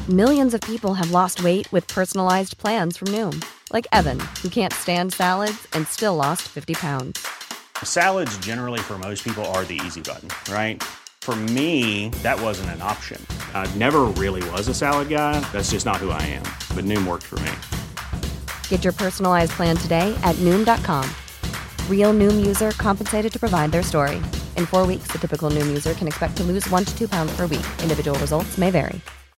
Millions of people have lost weight with personalized plans from Noom. Like Evan, who can't stand salads and still lost 50 pounds. Salads generally for most people are the easy button, right? For me, that wasn't an option. I never really was a salad guy. That's just not who I am. But Noom worked for me. Get your personalized plan today at Noom.com. Real Noom user compensated to provide their story. In 4 weeks, the typical Noom user can expect to lose 1 to 2 pounds per week. Individual results may vary.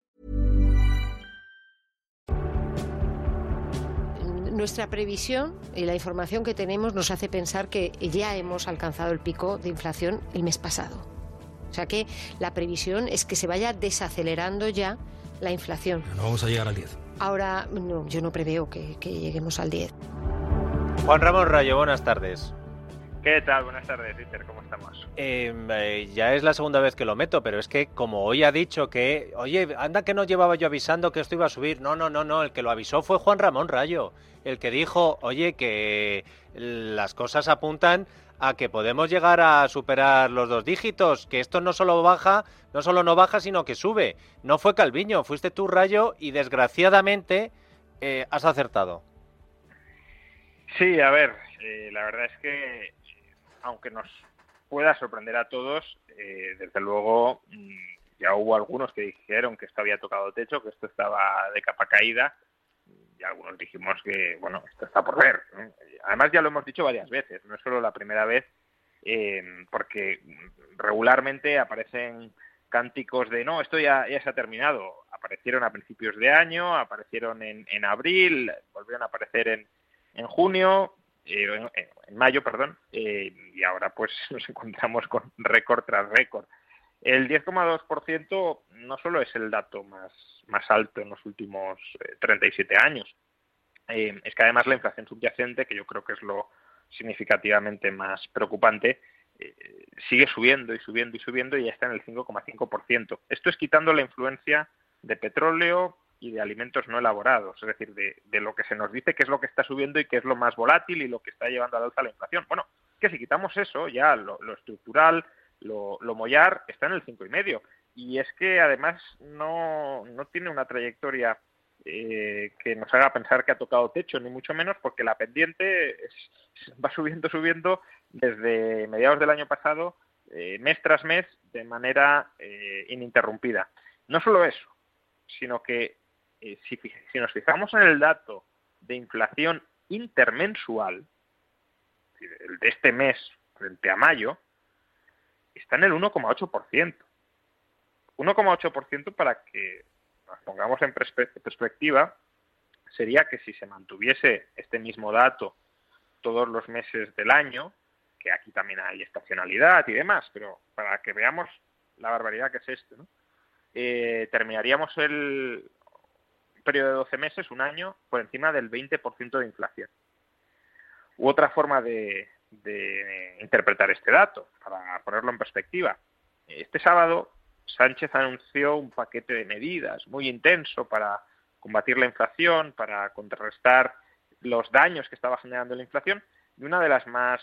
Nuestra previsión y la información que tenemos nos hace pensar que ya hemos alcanzado el pico de inflación el mes pasado. O sea que la previsión es que se vaya desacelerando ya la inflación. Pero no vamos a llegar al 10. Ahora, no, yo no preveo que lleguemos al 10. Juan Ramón Rayo, buenas tardes. ¿Qué tal? Buenas tardes, Peter, ¿cómo estamos? Ya es la segunda vez que lo meto, pero es que como hoy ha dicho que, oye, anda que no llevaba yo avisando que esto iba a subir. No, el que lo avisó fue Juan Ramón Rayo, el que dijo, oye, que las cosas apuntan a que podemos llegar a superar los 2 dígitos, que esto no solo no baja, sino que sube. No fue Calviño, fuiste tú, Rayo, y desgraciadamente has acertado. Sí, a ver, la verdad es que aunque nos pueda sorprender a todos, desde luego ya hubo algunos que dijeron que esto había tocado techo, que esto estaba de capa caída, y algunos dijimos que, bueno, esto está por ver, ¿no? Además ya lo hemos dicho varias veces, no es solo la primera vez, porque regularmente aparecen cánticos de no, esto ya se ha terminado. Aparecieron a principios de año, aparecieron en abril, volvieron a aparecer en junio, en mayo, perdón, y ahora pues nos encontramos con récord tras récord. El 10,2% no solo es el dato más alto en los últimos 37 años, es que además la inflación subyacente, que yo creo que es lo significativamente más preocupante, sigue subiendo y ya está en el 5,5%. Esto es quitando la influencia de petróleo y de alimentos no elaborados, es decir, de lo que se nos dice que es lo que está subiendo y que es lo más volátil y lo que está llevando al alza la inflación. Bueno, que si quitamos eso, ya lo estructural, lo mollar, está en el 5,5%. Y es que además no tiene una trayectoria que nos haga pensar que ha tocado techo, ni mucho menos, porque la pendiente va subiendo desde mediados del año pasado, mes tras mes, de manera ininterrumpida. No solo eso, sino que si nos fijamos en el dato de inflación intermensual, el de este mes frente a mayo, está en el 1,8%. 1,8%, para que nos pongamos en perspectiva, sería que si se mantuviese este mismo dato todos los meses del año, que aquí también hay estacionalidad y demás, pero para que veamos la barbaridad que es esto, ¿no? Terminaríamos el periodo de 12 meses, un año, por encima del 20% de inflación. U otra forma de interpretar este dato, para ponerlo en perspectiva. Este sábado Sánchez anunció un paquete de medidas muy intenso para combatir la inflación, para contrarrestar los daños que estaba generando la inflación, y una de las más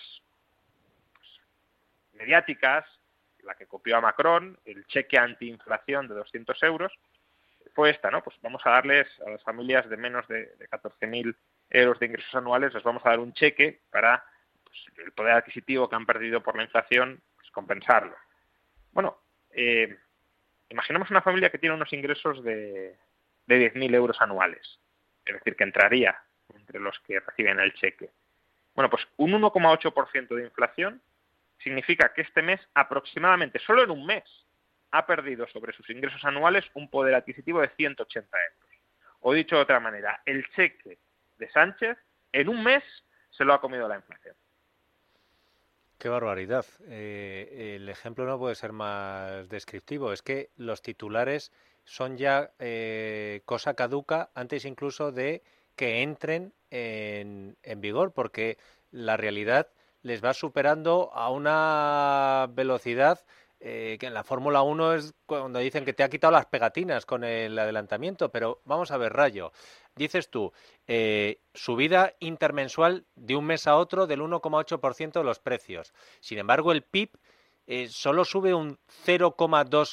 mediáticas, la que copió a Macron, el cheque antiinflación de 200 euros, fue esta, ¿no? Pues vamos a darles a las familias de menos de 14.000 euros de ingresos anuales, les vamos a dar un cheque para el poder adquisitivo que han perdido por la inflación, pues compensarlo. Bueno, imaginemos una familia que tiene unos ingresos de 10.000 euros anuales, es decir, que entraría entre los que reciben el cheque. Bueno, pues un 1,8% de inflación significa que este mes, aproximadamente, solo en un mes, ha perdido sobre sus ingresos anuales un poder adquisitivo de 180 euros. O dicho de otra manera, el cheque de Sánchez en un mes se lo ha comido la inflación. Qué barbaridad. El ejemplo no puede ser más descriptivo. Es que los titulares son ya cosa caduca antes incluso de que entren en vigor, porque la realidad les va superando a una velocidad que en la Fórmula 1 es cuando dicen que te ha quitado las pegatinas con el adelantamiento. Pero vamos a ver, Rayo, dices tú, subida intermensual de un mes a otro del 1,8% de los precios. Sin embargo, el PIB solo sube un 0,2%.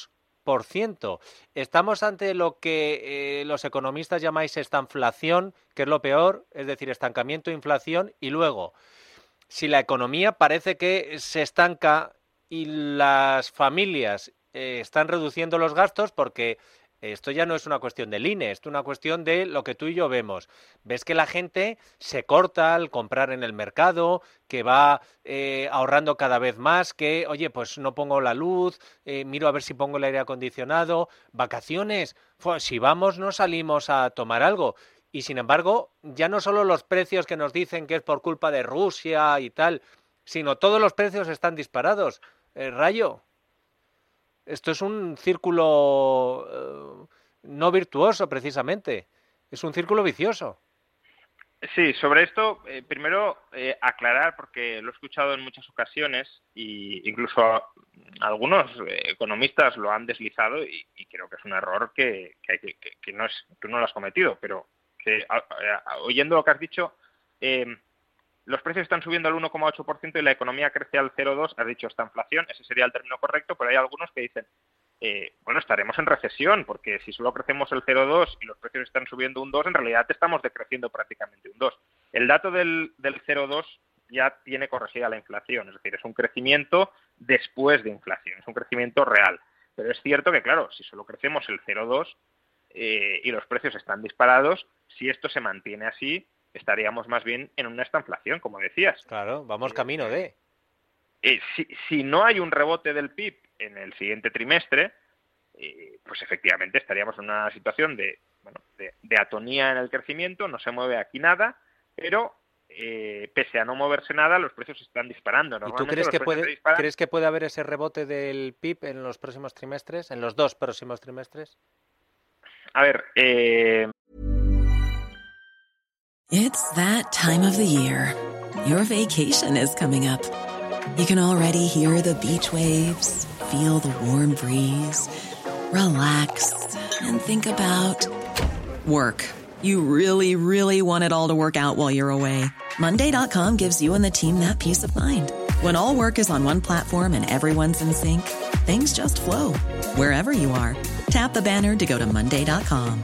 6%. Estamos ante lo que los economistas llamáis estanflación, que es lo peor, es decir, estancamiento, inflación, y luego, si la economía parece que se estanca y las familias están reduciendo los gastos, porque esto ya no es una cuestión del INE, esto es una cuestión de lo que tú y yo vemos. Ves que la gente se corta al comprar en el mercado, que va ahorrando cada vez más, que, oye, pues no pongo la luz, miro a ver si pongo el aire acondicionado, vacaciones, si vamos no salimos a tomar algo. Y sin embargo, ya no solo los precios que nos dicen que es por culpa de Rusia y tal, sino todos los precios están disparados. Rayo, esto es un círculo no virtuoso, precisamente. Es un círculo vicioso. Sí, sobre esto, primero aclarar, porque lo he escuchado en muchas ocasiones e incluso algunos economistas lo han deslizado y creo que es un error que no es, tú no lo has cometido, pero que oyendo lo que has dicho, los precios están subiendo al 1,8% y la economía crece al 0,2%, has dicho esta inflación, ese sería el término correcto, pero hay algunos que dicen, bueno, estaremos en recesión, porque si solo crecemos el 0,2 y los precios están subiendo un 2, en realidad estamos decreciendo prácticamente un 2. El dato del 0,2 ya tiene corregida la inflación, es decir, es un crecimiento después de inflación, es un crecimiento real. Pero es cierto que, claro, si solo crecemos el 0,2 y los precios están disparados, si esto se mantiene así, estaríamos más bien en una estanflación, como decías. Claro, vamos camino de... Si no hay un rebote del PIB en el siguiente trimestre, pues efectivamente estaríamos en una situación de atonía en el crecimiento, no se mueve aquí nada, pero pese a no moverse nada, los precios se están disparando. ¿Y tú crees que puede haber ese rebote del PIB en los próximos trimestres, en los 2 próximos trimestres? A ver, It's that time of the year. Your vacation is coming up. You can already hear the beach waves, feel the warm breeze, relax, and think about work. You really, really want it all to work out while you're away. Monday.com gives you and the team that peace of mind. When all work is on one platform and everyone's in sync, things just flow. Wherever you are, tap the banner to go to Monday.com.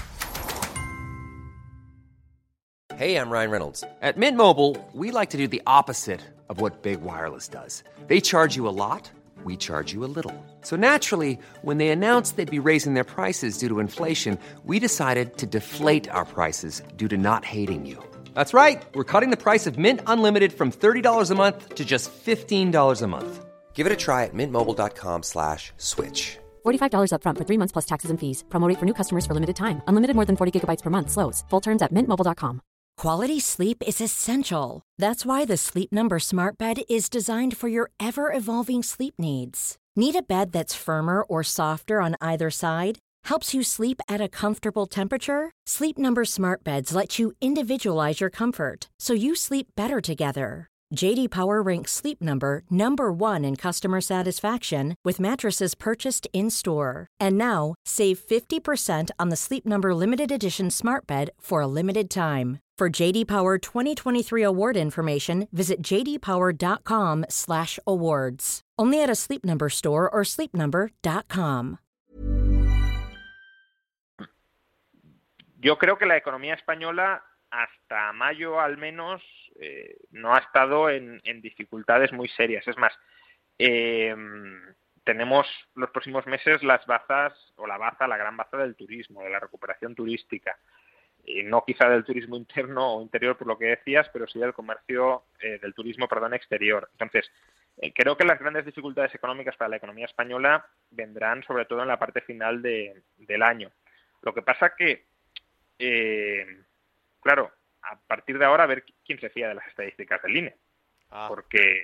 Hey, I'm Ryan Reynolds. At Mint Mobile, we like to do the opposite of what Big Wireless does. They charge you a lot, we charge you a little. So naturally, when they announced they'd be raising their prices due to inflation, we decided to deflate our prices due to not hating you. That's right. We're cutting the price of Mint Unlimited from $30 a month to just $15 a month. Give it a try at mintmobile.com/switch. $45 up front for 3 months plus taxes and fees. Promo rate for new customers for limited time. Unlimited more than 40 gigabytes per month. Slows full terms at mintmobile.com. Quality sleep is essential. That's why the Sleep Number Smart Bed is designed for your ever-evolving sleep needs. Need a bed that's firmer or softer on either side? Helps you sleep at a comfortable temperature? Sleep Number Smart Beds let you individualize your comfort, so you sleep better together. J.D. Power ranks Sleep Number #1 in customer satisfaction with mattresses purchased in-store. And now, save 50% on the Sleep Number Limited Edition Smart Bed for a limited time. For J.D. Power 2023 award information, visit jdpower.com/awards. Only at a Sleep Number store or sleepnumber.com. Yo creo que la economía española, hasta mayo al menos, no ha estado en dificultades muy serias. Es más, tenemos los próximos meses las bazas, o la gran baza del turismo, de la recuperación turística. No quizá del turismo interno o interior, por lo que decías, pero sí del comercio, del turismo, exterior. Entonces, creo que las grandes dificultades económicas para la economía española vendrán sobre todo en la parte final del año. Lo que pasa que, claro, a partir de ahora a ver quién se fía de las estadísticas del INE. Porque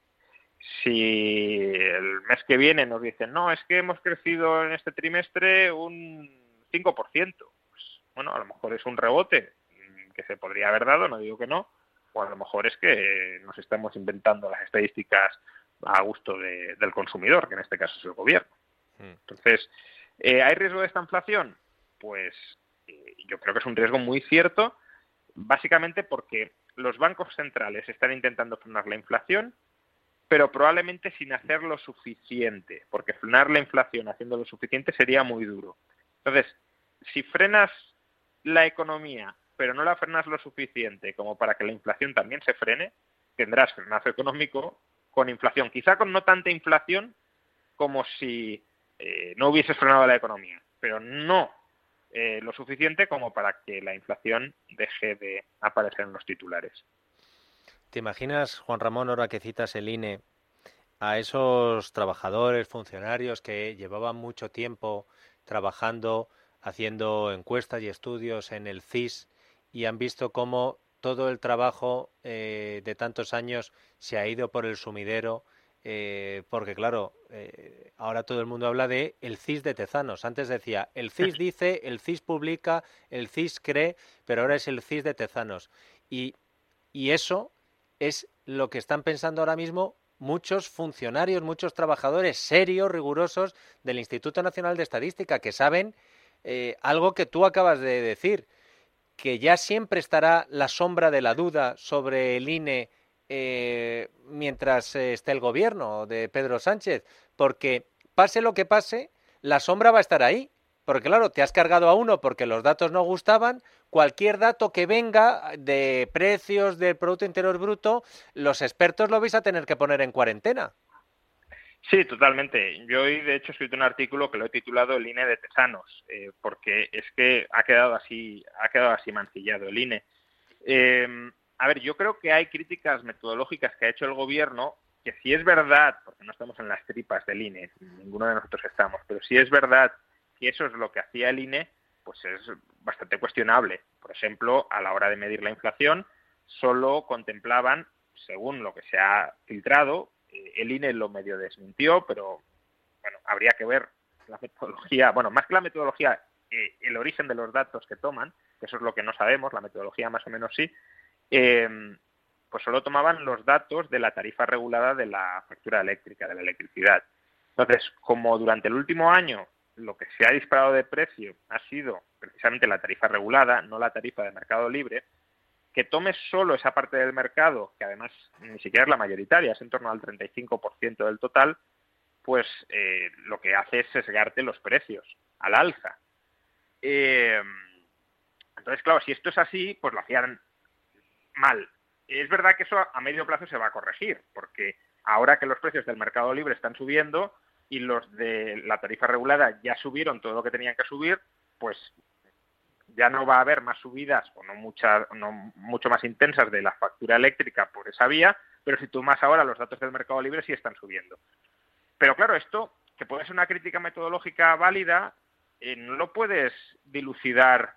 si el mes que viene nos dicen, no, es que hemos crecido en este trimestre un 5%, pues bueno, a lo mejor es un rebote que se podría haber dado, no digo que no, o a lo mejor es que nos estamos inventando las estadísticas a gusto del consumidor, que en este caso es el gobierno. Entonces, ¿hay riesgo de esta inflación? Pues yo creo que es un riesgo muy cierto, básicamente porque los bancos centrales están intentando frenar la inflación pero probablemente sin hacer lo suficiente, porque frenar la inflación haciendo lo suficiente sería muy duro. Entonces, si frenas la economía, pero no la frenas lo suficiente como para que la inflación también se frene, tendrás frenazo económico con inflación, quizá con no tanta inflación como si no hubieses frenado la economía, pero no lo suficiente como para que la inflación deje de aparecer en los titulares. ¿Te imaginas, Juan Ramón, ahora que citas el INE, a esos trabajadores, funcionarios que llevaban mucho tiempo trabajando, haciendo encuestas y estudios en el CIS y han visto cómo todo el trabajo de tantos años se ha ido por el sumidero? Porque claro, ahora todo el mundo habla de el CIS de Tezanos. Antes decía, el CIS dice, el CIS publica, el CIS cree, pero ahora es el CIS de Tezanos. Y eso es lo que están pensando ahora mismo muchos funcionarios, muchos trabajadores serios, rigurosos del Instituto Nacional de Estadística, que saben algo que tú acabas de decir, que ya siempre estará la sombra de la duda sobre el INE mientras esté el gobierno de Pedro Sánchez, porque pase lo que pase, la sombra va a estar ahí, porque claro, te has cargado a uno porque los datos no gustaban, cualquier dato que venga de precios del Producto Interior Bruto, los expertos lo vais a tener que poner en cuarentena. Sí, totalmente. Yo hoy, de hecho, he escrito un artículo que lo he titulado El INE de Tezanos, porque es que ha quedado así mancillado el INE. A ver, yo creo que hay críticas metodológicas que ha hecho el gobierno, que si es verdad, porque no estamos en las tripas del INE, ninguno de nosotros estamos, pero si es verdad que eso es lo que hacía el INE, pues es bastante cuestionable. Por ejemplo, a la hora de medir la inflación, solo contemplaban, según lo que se ha filtrado, el INE lo medio desmintió, pero bueno, habría que ver la metodología, bueno, más que la metodología, el origen de los datos que toman, que eso es lo que no sabemos, la metodología más o menos sí, pues solo tomaban los datos de la tarifa regulada de la factura eléctrica, de la electricidad. Entonces, como durante el último año lo que se ha disparado de precio ha sido precisamente la tarifa regulada, no la tarifa de mercado libre, que tomes solo esa parte del mercado, que además ni siquiera es la mayoritaria, es en torno al 35% del total, pues lo que hace es sesgarte los precios al alza. Entonces, claro, si esto es así, pues lo hacían mal. Es verdad que eso a medio plazo se va a corregir, porque ahora que los precios del mercado libre están subiendo y los de la tarifa regulada ya subieron todo lo que tenían que subir, pues ya no va a haber más subidas o no mucho más intensas de la factura eléctrica por esa vía, pero si tú más ahora los datos del mercado libre sí están subiendo. Pero claro, esto, que puede ser una crítica metodológica válida, no lo puedes dilucidar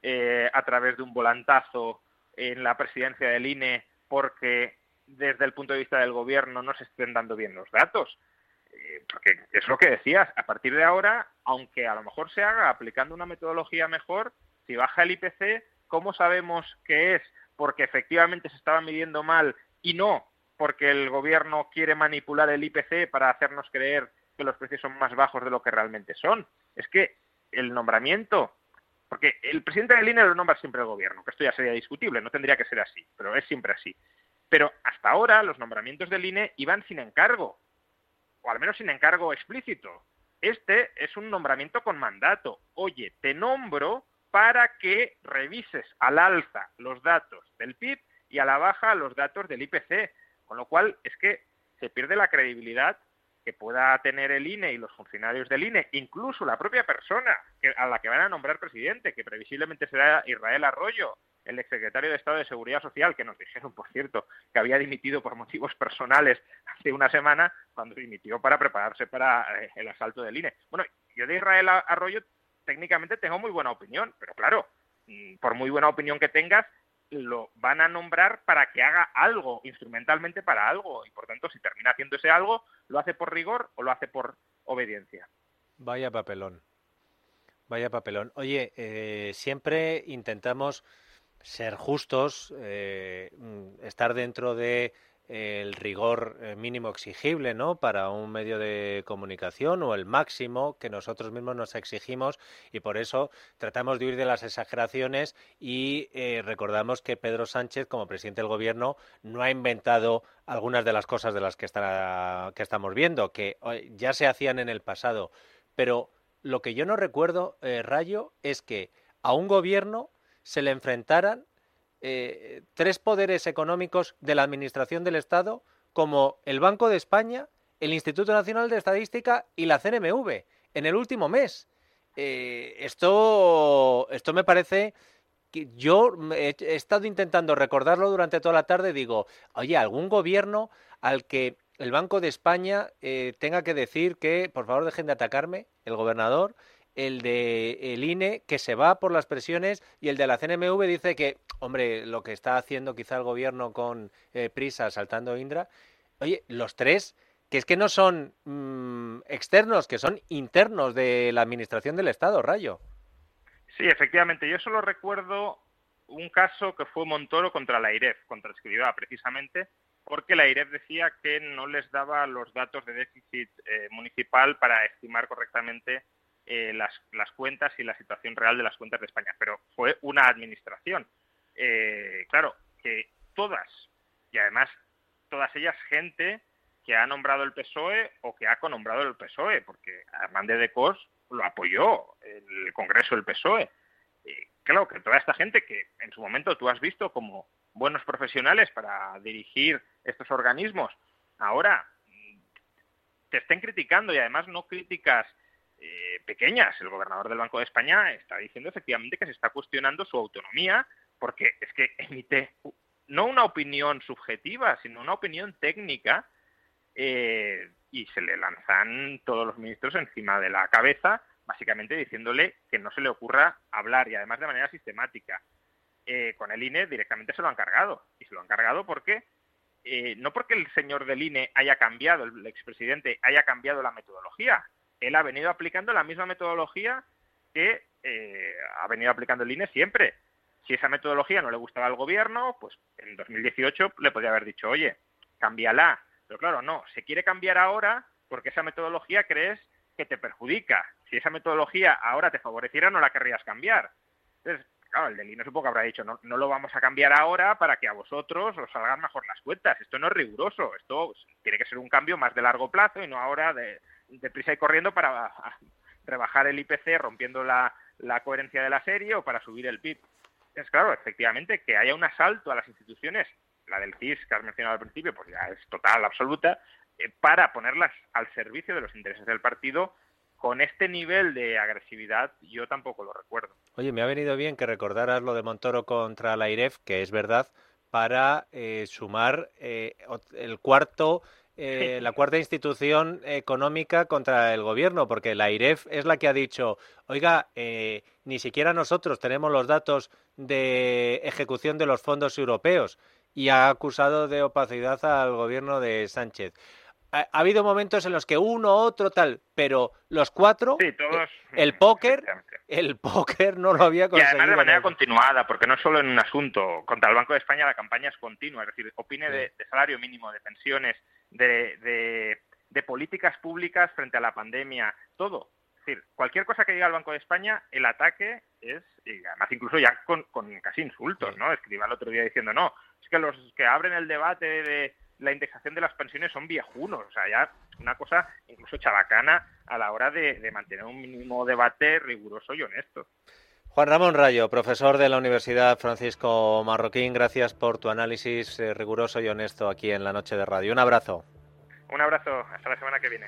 a través de un volantazo en la presidencia del INE porque desde el punto de vista del gobierno no se estén dando bien los datos. Porque es lo que decías, a partir de ahora, aunque a lo mejor se haga aplicando una metodología mejor, si baja el IPC, ¿cómo sabemos que es porque efectivamente se estaba midiendo mal y no porque el gobierno quiere manipular el IPC para hacernos creer que los precios son más bajos de lo que realmente son? Es que el nombramiento, porque el presidente del INE lo nombra siempre el gobierno, que esto ya sería discutible, no tendría que ser así, pero es siempre así. Pero hasta ahora los nombramientos del INE iban sin encargo, o al menos sin encargo explícito. Este es un nombramiento con mandato. Oye, te nombro para que revises al alza los datos del PIB y a la baja los datos del IPC. Con lo cual es que se pierde la credibilidad que pueda tener el INE y los funcionarios del INE, incluso la propia persona a la que van a nombrar presidente, que previsiblemente será Israel Arroyo, el exsecretario de Estado de Seguridad Social, que nos dijeron, por cierto, que había dimitido por motivos personales hace una semana, cuando dimitió para prepararse para el asalto del INE. Bueno, yo de Israel Arroyo técnicamente tengo muy buena opinión, pero claro, por muy buena opinión que tengas, lo van a nombrar para que haga algo, instrumentalmente para algo, y por tanto, si termina haciendo ese algo, ¿lo hace por rigor o lo hace por obediencia? Vaya papelón. Vaya papelón. Oye, siempre intentamos ser justos, estar dentro de el rigor mínimo exigible, ¿no?, para un medio de comunicación, o el máximo que nosotros mismos nos exigimos, y por eso tratamos de huir de las exageraciones y recordamos que Pedro Sánchez, como presidente del Gobierno, no ha inventado algunas de las cosas de las que estamos viendo, que ya se hacían en el pasado. Pero lo que yo no recuerdo, Rayo, es que a un gobierno se le enfrentaran tres poderes económicos de la Administración del Estado, como el Banco de España, el Instituto Nacional de Estadística y la CNMV en el último mes. Esto me parece que yo he estado intentando recordarlo durante toda la tarde. Digo, oye, algún gobierno al que el Banco de España tenga que decir que, por favor, dejen de atacarme, el gobernador, el de el INE, que se va por las presiones, y el de la CNMV dice que, hombre, lo que está haciendo quizá el gobierno con prisa, saltando Indra. Oye, los tres, que es que no son externos, que son internos de la Administración del Estado, Rayo. Sí, efectivamente. Yo solo recuerdo un caso que fue Montoro contra la AIREF, contra Escrivá, precisamente, porque la AIREF decía que no les daba los datos de déficit municipal para estimar correctamente las cuentas y la situación real de las cuentas de España. Pero fue una administración. Claro, que todas, y además todas ellas gente que ha nombrado el PSOE o que ha conombrado el PSOE, porque Hernández de Cos lo apoyó el Congreso del PSOE. Claro, que toda esta gente que en su momento tú has visto como buenos profesionales para dirigir estos organismos, ahora te estén criticando, y además no críticas pequeñas. El gobernador del Banco de España está diciendo efectivamente que se está cuestionando su autonomía, porque es que emite no una opinión subjetiva, sino una opinión técnica, y se le lanzan todos los ministros encima de la cabeza, básicamente diciéndole que no se le ocurra hablar, y además de manera sistemática. Con el INE directamente se lo han cargado, y se lo han cargado porque no porque el señor del INE haya cambiado, el expresidente haya cambiado la metodología. Él ha venido aplicando la misma metodología que ha venido aplicando el INE siempre. Si esa metodología no le gustaba al gobierno, pues en 2018 le podría haber dicho, oye, cámbiala. Pero claro, no, se quiere cambiar ahora porque esa metodología crees que te perjudica. Si esa metodología ahora te favoreciera, no la querrías cambiar. Entonces, claro, el del INE supongo que habrá dicho, no lo vamos a cambiar ahora para que a vosotros os salgan mejor las cuentas. Esto no es riguroso, esto tiene que ser un cambio más de largo plazo y no ahora de prisa y corriendo para rebajar el IPC rompiendo la coherencia de la serie o para subir el PIB. Es claro, efectivamente, que haya un asalto a las instituciones, la del CIS que has mencionado al principio, pues ya es total, absoluta, para ponerlas al servicio de los intereses del partido. Con este nivel de agresividad yo tampoco lo recuerdo. Oye, me ha venido bien que recordaras lo de Montoro contra la AIREF, que es verdad, para sumar la cuarta institución económica contra el gobierno, porque la AIREF es la que ha dicho, oiga, ni siquiera nosotros tenemos los datos de ejecución de los fondos europeos, y ha acusado de opacidad al gobierno de Sánchez. Ha habido momentos en los que uno, otro, tal, pero los cuatro, sí, todos, el póker no lo había conseguido. Y además de manera continuada, porque no solo en un asunto. Contra el Banco de España la campaña es continua, es decir, opine de salario mínimo, de pensiones, de políticas públicas frente a la pandemia, todo. Es decir, cualquier cosa que diga el Banco de España, el ataque es, y además incluso ya con casi insultos, ¿no? Escribía el otro día diciendo, no, es que los que abren el debate de la indexación de las pensiones son viejunos, o sea, ya una cosa incluso chabacana a la hora de mantener un mínimo debate riguroso y honesto. Juan Ramón Rayo, profesor de la Universidad Francisco Marroquín, gracias por tu análisis riguroso y honesto aquí en La Noche de Radio. Un abrazo. Un abrazo, hasta la semana que viene.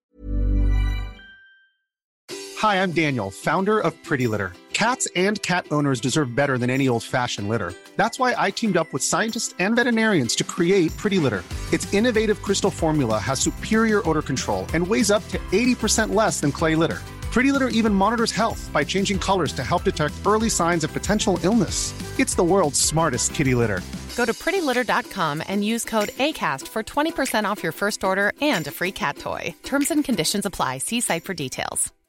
Hi, I'm Daniel, founder of Pretty Litter. Cats and cat owners deserve better than any old-fashioned litter. That's why I teamed up with scientists and veterinarians to create Pretty Litter. Its innovative crystal formula has superior odor control and weighs up to 80% less than clay litter. Pretty Litter even monitors health by changing colors to help detect early signs of potential illness. It's the world's smartest kitty litter. Go to prettylitter.com and use code ACAST for 20% off your first order and a free cat toy. Terms and conditions apply. See site for details.